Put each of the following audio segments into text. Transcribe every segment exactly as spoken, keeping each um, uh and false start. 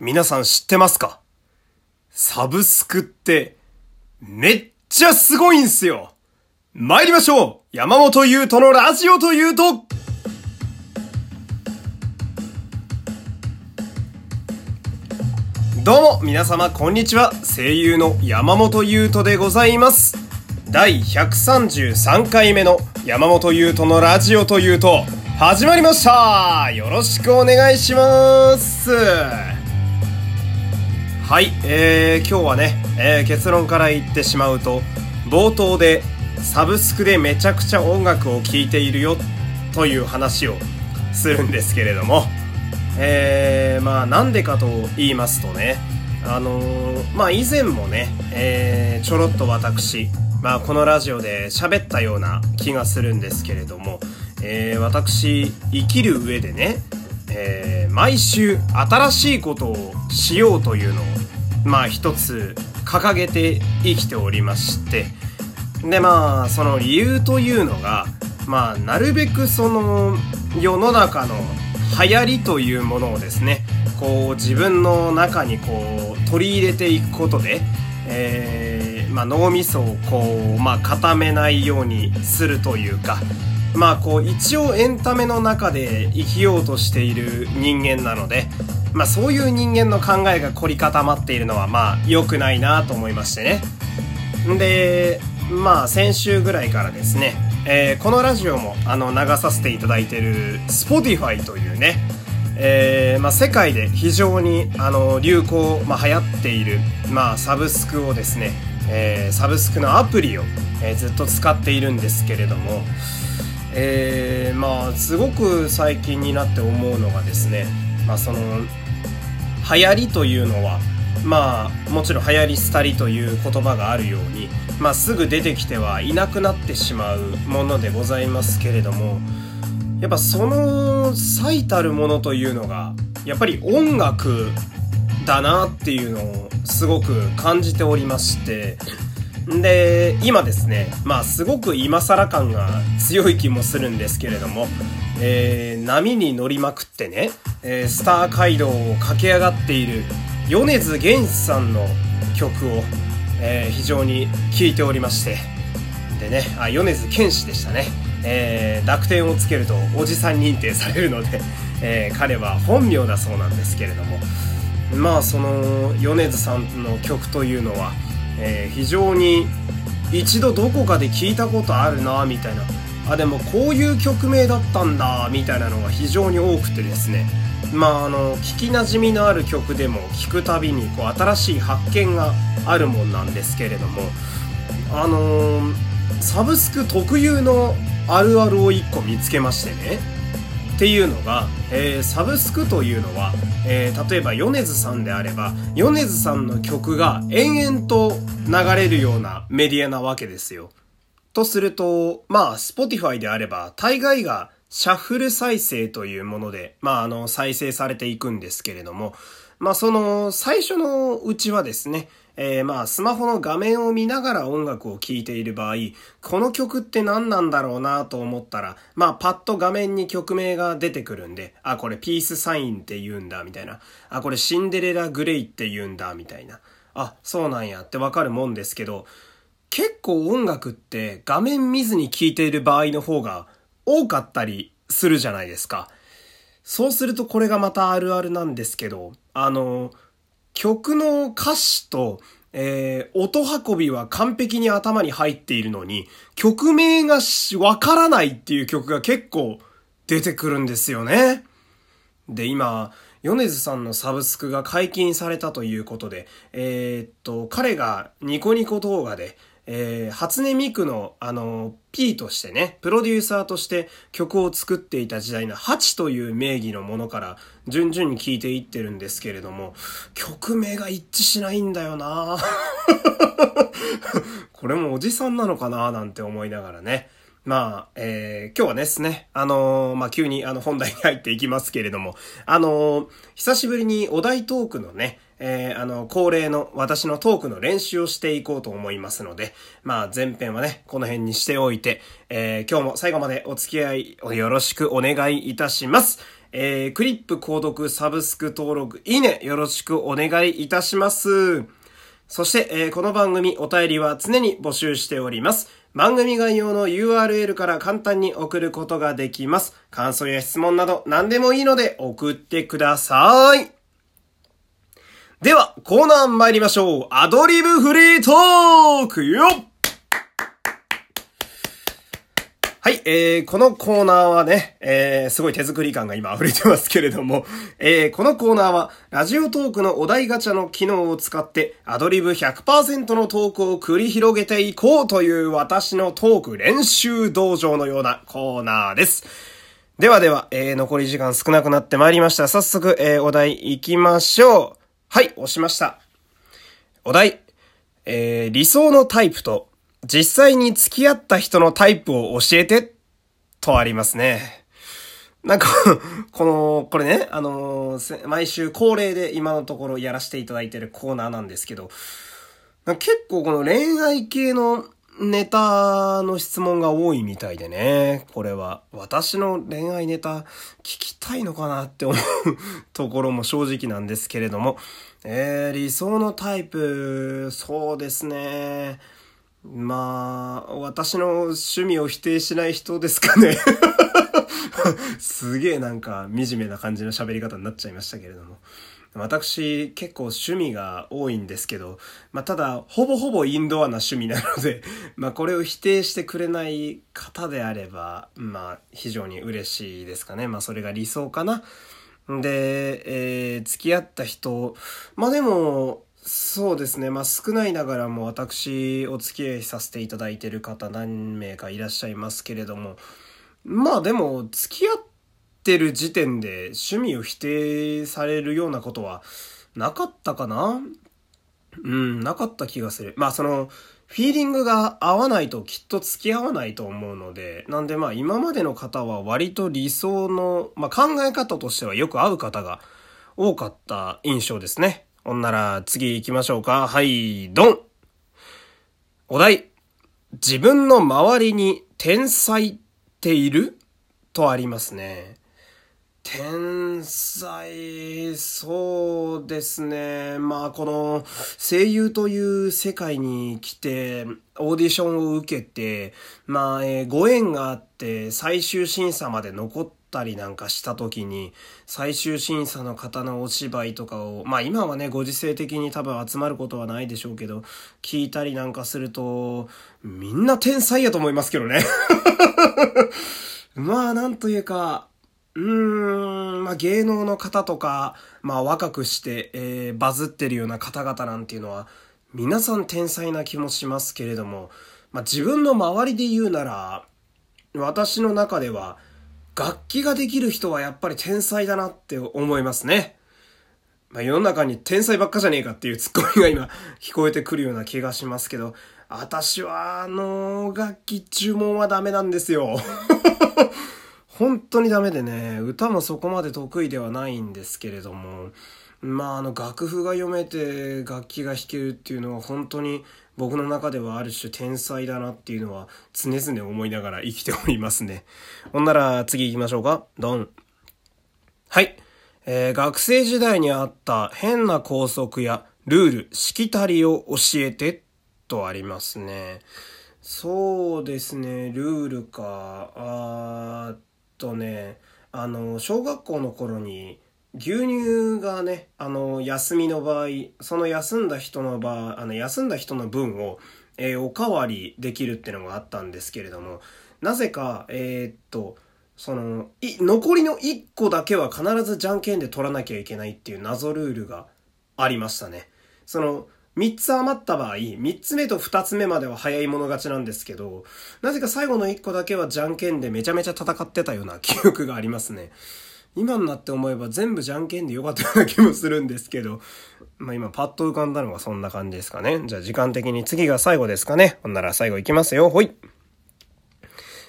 皆さん知ってますか？サブスクってめっちゃすごいんすよ。参りましょう。山本優斗のラジオというと、どうも皆様こんにちは。声優の山本優斗でございます。だいひゃくさんじゅうさんかいめの山本優斗のラジオというと始まりました。よろしくお願いします。はい、えー、今日はね、えー、結論から言ってしまうと、冒頭でサブスクでめちゃくちゃ音楽を聴いているよという話をするんですけれども、えー、まあなんでかと言いますとね、あのー、まあ以前もね、えー、ちょろっと私、まあこのラジオで喋ったような気がするんですけれども、えー、私生きる上でね、えー、毎週新しいことをしようというのをまあ一つ掲げて生きておりまして、でまあその理由というのが、まあなるべくその世の中の流行りというものをですね、こう自分の中にこう取り入れていくことで、えー、まあ脳みそをこうまあ固めないようにするというか、まあこう一応エンタメの中で生きようとしている人間なので、まあそういう人間の考えが凝り固まっているのはまあ良くないなと思いましてね。で、まあ先週ぐらいからですね、えー、このラジオもあの流させていただいている Spotify というね、えー、まあ世界で非常にあの流行、まあ流行っているまあサブスクをですね、えー、サブスクのアプリを、えー、ずっと使っているんですけれども、えー、まあすごく最近になって思うのがですね、まあその流行りというのはまあもちろん流行り廃りという言葉があるように、まあすぐ出てきてはいなくなってしまうものでございますけれども、やっぱその最たるものというのがやっぱり音楽だなっていうのをすごく感じておりまして、で今ですね、まあすごく今更感が強い気もするんですけれども、えー、波に乗りまくってね、えー、スター街道を駆け上がっている米津玄師さんの曲を、えー、非常に聴いておりまして、でね、あ、米津玄師でしたね。えー、濁点をつけるとおじさん認定されるので、えー、彼は本名だそうなんですけれども、まあその米津さんの曲というのはえー、非常に一度どこかで聞いたことあるなみたいな、あでもこういう曲名だったんだみたいなのが非常に多くてですね、まああの聞きなじみのある曲でも聞くたびにこう新しい発見があるもんなんですけれども、あのー、サブスク特有のあるあるを一個見つけましてね。っていうのが、えー、サブスクというのは、えー、例えば米津さんであれば米津さんの曲が延々と流れるようなメディアなわけですよ。とするとまあ Spotify であれば大概がシャッフル再生というものでまああの再生されていくんですけれども、まあその最初のうちはですね、えー、まあスマホの画面を見ながら音楽を聴いている場合、この曲って何なんだろうなと思ったら、まあパッと画面に曲名が出てくるんで、あこれピースサインって言うんだみたいな、あこれシンデレラグレイって言うんだみたいな、あそうなんやってわかるもんですけど、結構音楽って画面見ずに聴いている場合の方が多かったりするじゃないですか。そうするとこれがまたあるあるなんですけど、あの曲の歌詞と、えー、音運びは完璧に頭に入っているのに曲名がわからないっていう曲が結構出てくるんですよね。で今米津さんのサブスクが解禁されたということで、えー、っと彼がニコニコ動画でえー、初音ミクのあの P としてね、プロデューサーとして曲を作っていた時代のハチという名義のものから順々に聴いていってるんですけれども、曲名が一致しないんだよなこれもおじさんなのかななんて思いながらね、 まあ、えー、今日はですね、あのー、まあ、急にあの本題に入っていきますけれども、あのー、久しぶりにお題トークのね、えー、あの、恒例の私のトークの練習をしていこうと思いますので、まあ、前編はね、この辺にしておいて、えー、今日も最後までお付き合いをよろしくお願いいたします。えー、クリップ購読、サブスク登録、いいね、よろしくお願いいたします。そして、えー、この番組お便りは常に募集しております。番組概要の ユーアールエル から簡単に送ることができます。感想や質問など何でもいいので送ってください。では、コーナー参りましょう。アドリブフリートークよっはい、えー、このコーナーはね、えー、すごい手作り感が今溢れてますけれども、えー、このコーナーは、ラジオトークのお題ガチャの機能を使って、アドリブ ひゃくパーセント のトークを繰り広げていこうという私のトーク練習道場のようなコーナーです。ではでは、えー、残り時間少なくなってまいりました。早速、えー、お題行きましょう。はい、押しました。お題、えー、理想のタイプと、実際に付き合った人のタイプを教えて、とありますね。なんか、この、これね、あのー、毎週恒例で今のところやらせていただいているコーナーなんですけど、結構この恋愛系のネタの質問が多いみたいでね、これは私の恋愛ネタ聞きたいのかなって思うところも正直なんですけれども、えー、理想のタイプ、そうですね。まあ、私の趣味を否定しない人ですかね。すげえなんか惨めな感じの喋り方になっちゃいましたけれども。私結構趣味が多いんですけど、まあただほぼほぼインドアな趣味なので、まあこれを否定してくれない方であれば、まあ非常に嬉しいですかね。まあそれが理想かな。で、えー、付き合った人、まあでも、そうですね。まあ少ないながらも私お付き合いさせていただいている方何名かいらっしゃいますけれども、まあでも付き合ってる時点で趣味を否定されるようなことはなかったかな？うん、なかった気がする。まあそのフィーリングが合わないときっと付き合わないと思うので、なんでまあ今までの方は割と理想の、まあ考え方としてはよく合う方が多かった印象ですね。ほんなら次行きましょうか。はい、ドン。お題。自分の周りに天才っている？とありますね。天才、そうですね。まあこの声優という世界に来てオーディションを受けて、まあ、えー、ご縁があって最終審査まで残ったりなんかした時に最終審査の方のお芝居とかを、まあ今はねご時世的に多分集まることはないでしょうけど、聞いたりなんかするとみんな天才やと思いますけどね。まあなんというか、うーん、まあ芸能の方とか、まあ若くして、えー、バズってるような方々なんていうのは、皆さん天才な気もしますけれども、まあ自分の周りで言うなら、私の中では、楽器ができる人はやっぱり天才だなって思いますね。まあ世の中に天才ばっかじゃねえかっていうツッコミが今聞こえてくるような気がしますけど、私はあの楽器注文はダメなんですよ。本当にダメでね、歌もそこまで得意ではないんですけれども、まああの楽譜が読めて楽器が弾けるっていうのは本当に僕の中ではある種天才だなっていうのは常々思いながら生きておりますね。ほんなら次行きましょうか。ドン。はい、えー、学生時代にあった変な校則やルール、しきたりを教えてとありますね。そうですね、ルールか。あーとね、あの小学校の頃に牛乳がね、あの休みの場合、その休んだ人の場合、あの休んだ人の分を、えー、おかわりできるっていうのがあったんですけれども、なぜかえー、っとそのい残りのいっこだけは必ずじゃんけんで取らなきゃいけないっていう謎ルールがありましたね。そのみっつ余った場合、みっつめとふたつめまでは早い者勝ちなんですけど、なぜか最後のいっこだけはじゃんけんでめちゃめちゃ戦ってたような記憶がありますね。今になって思えば全部じゃんけんでよかったような気もするんですけど、まあ今パッと浮かんだのがそんな感じですかね。じゃあ時間的に次が最後ですかね。ほんなら最後いきますよ。ほい。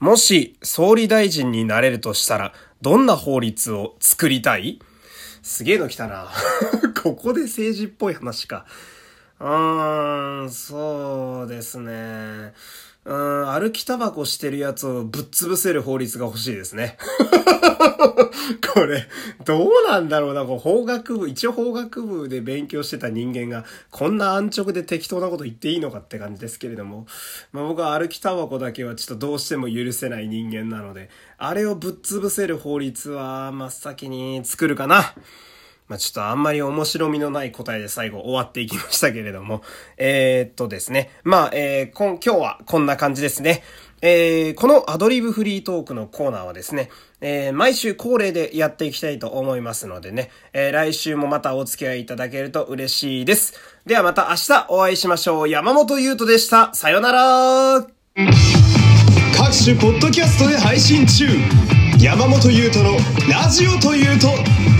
もし総理大臣になれるとしたら、どんな法律を作りたい？すげえの来たな。ここで政治っぽい話か。うーん、そうですね。うーん、歩きタバコしてるやつをぶっ潰せる法律が欲しいですね。これ、どうなんだろうな、こう法学部、一応法学部で勉強してた人間が、こんな安直で適当なこと言っていいのかって感じですけれども、まあ僕は歩きタバコだけはちょっとどうしても許せない人間なので、あれをぶっ潰せる法律は真っ先に作るかな。まあ、ちょっとあんまり面白みのない答えで最後終わっていきましたけれども。えー、っとですね。まあ、えー、こん、今日はこんな感じですね。えー、このアドリブフリートークのコーナーはですね、えー、毎週恒例でやっていきたいと思いますのでね、えー、来週もまたお付き合いいただけると嬉しいです。ではまた明日お会いしましょう。山本優斗でした。さよなら。 各種ポッドキャストで配信中。山本優斗のラジオというと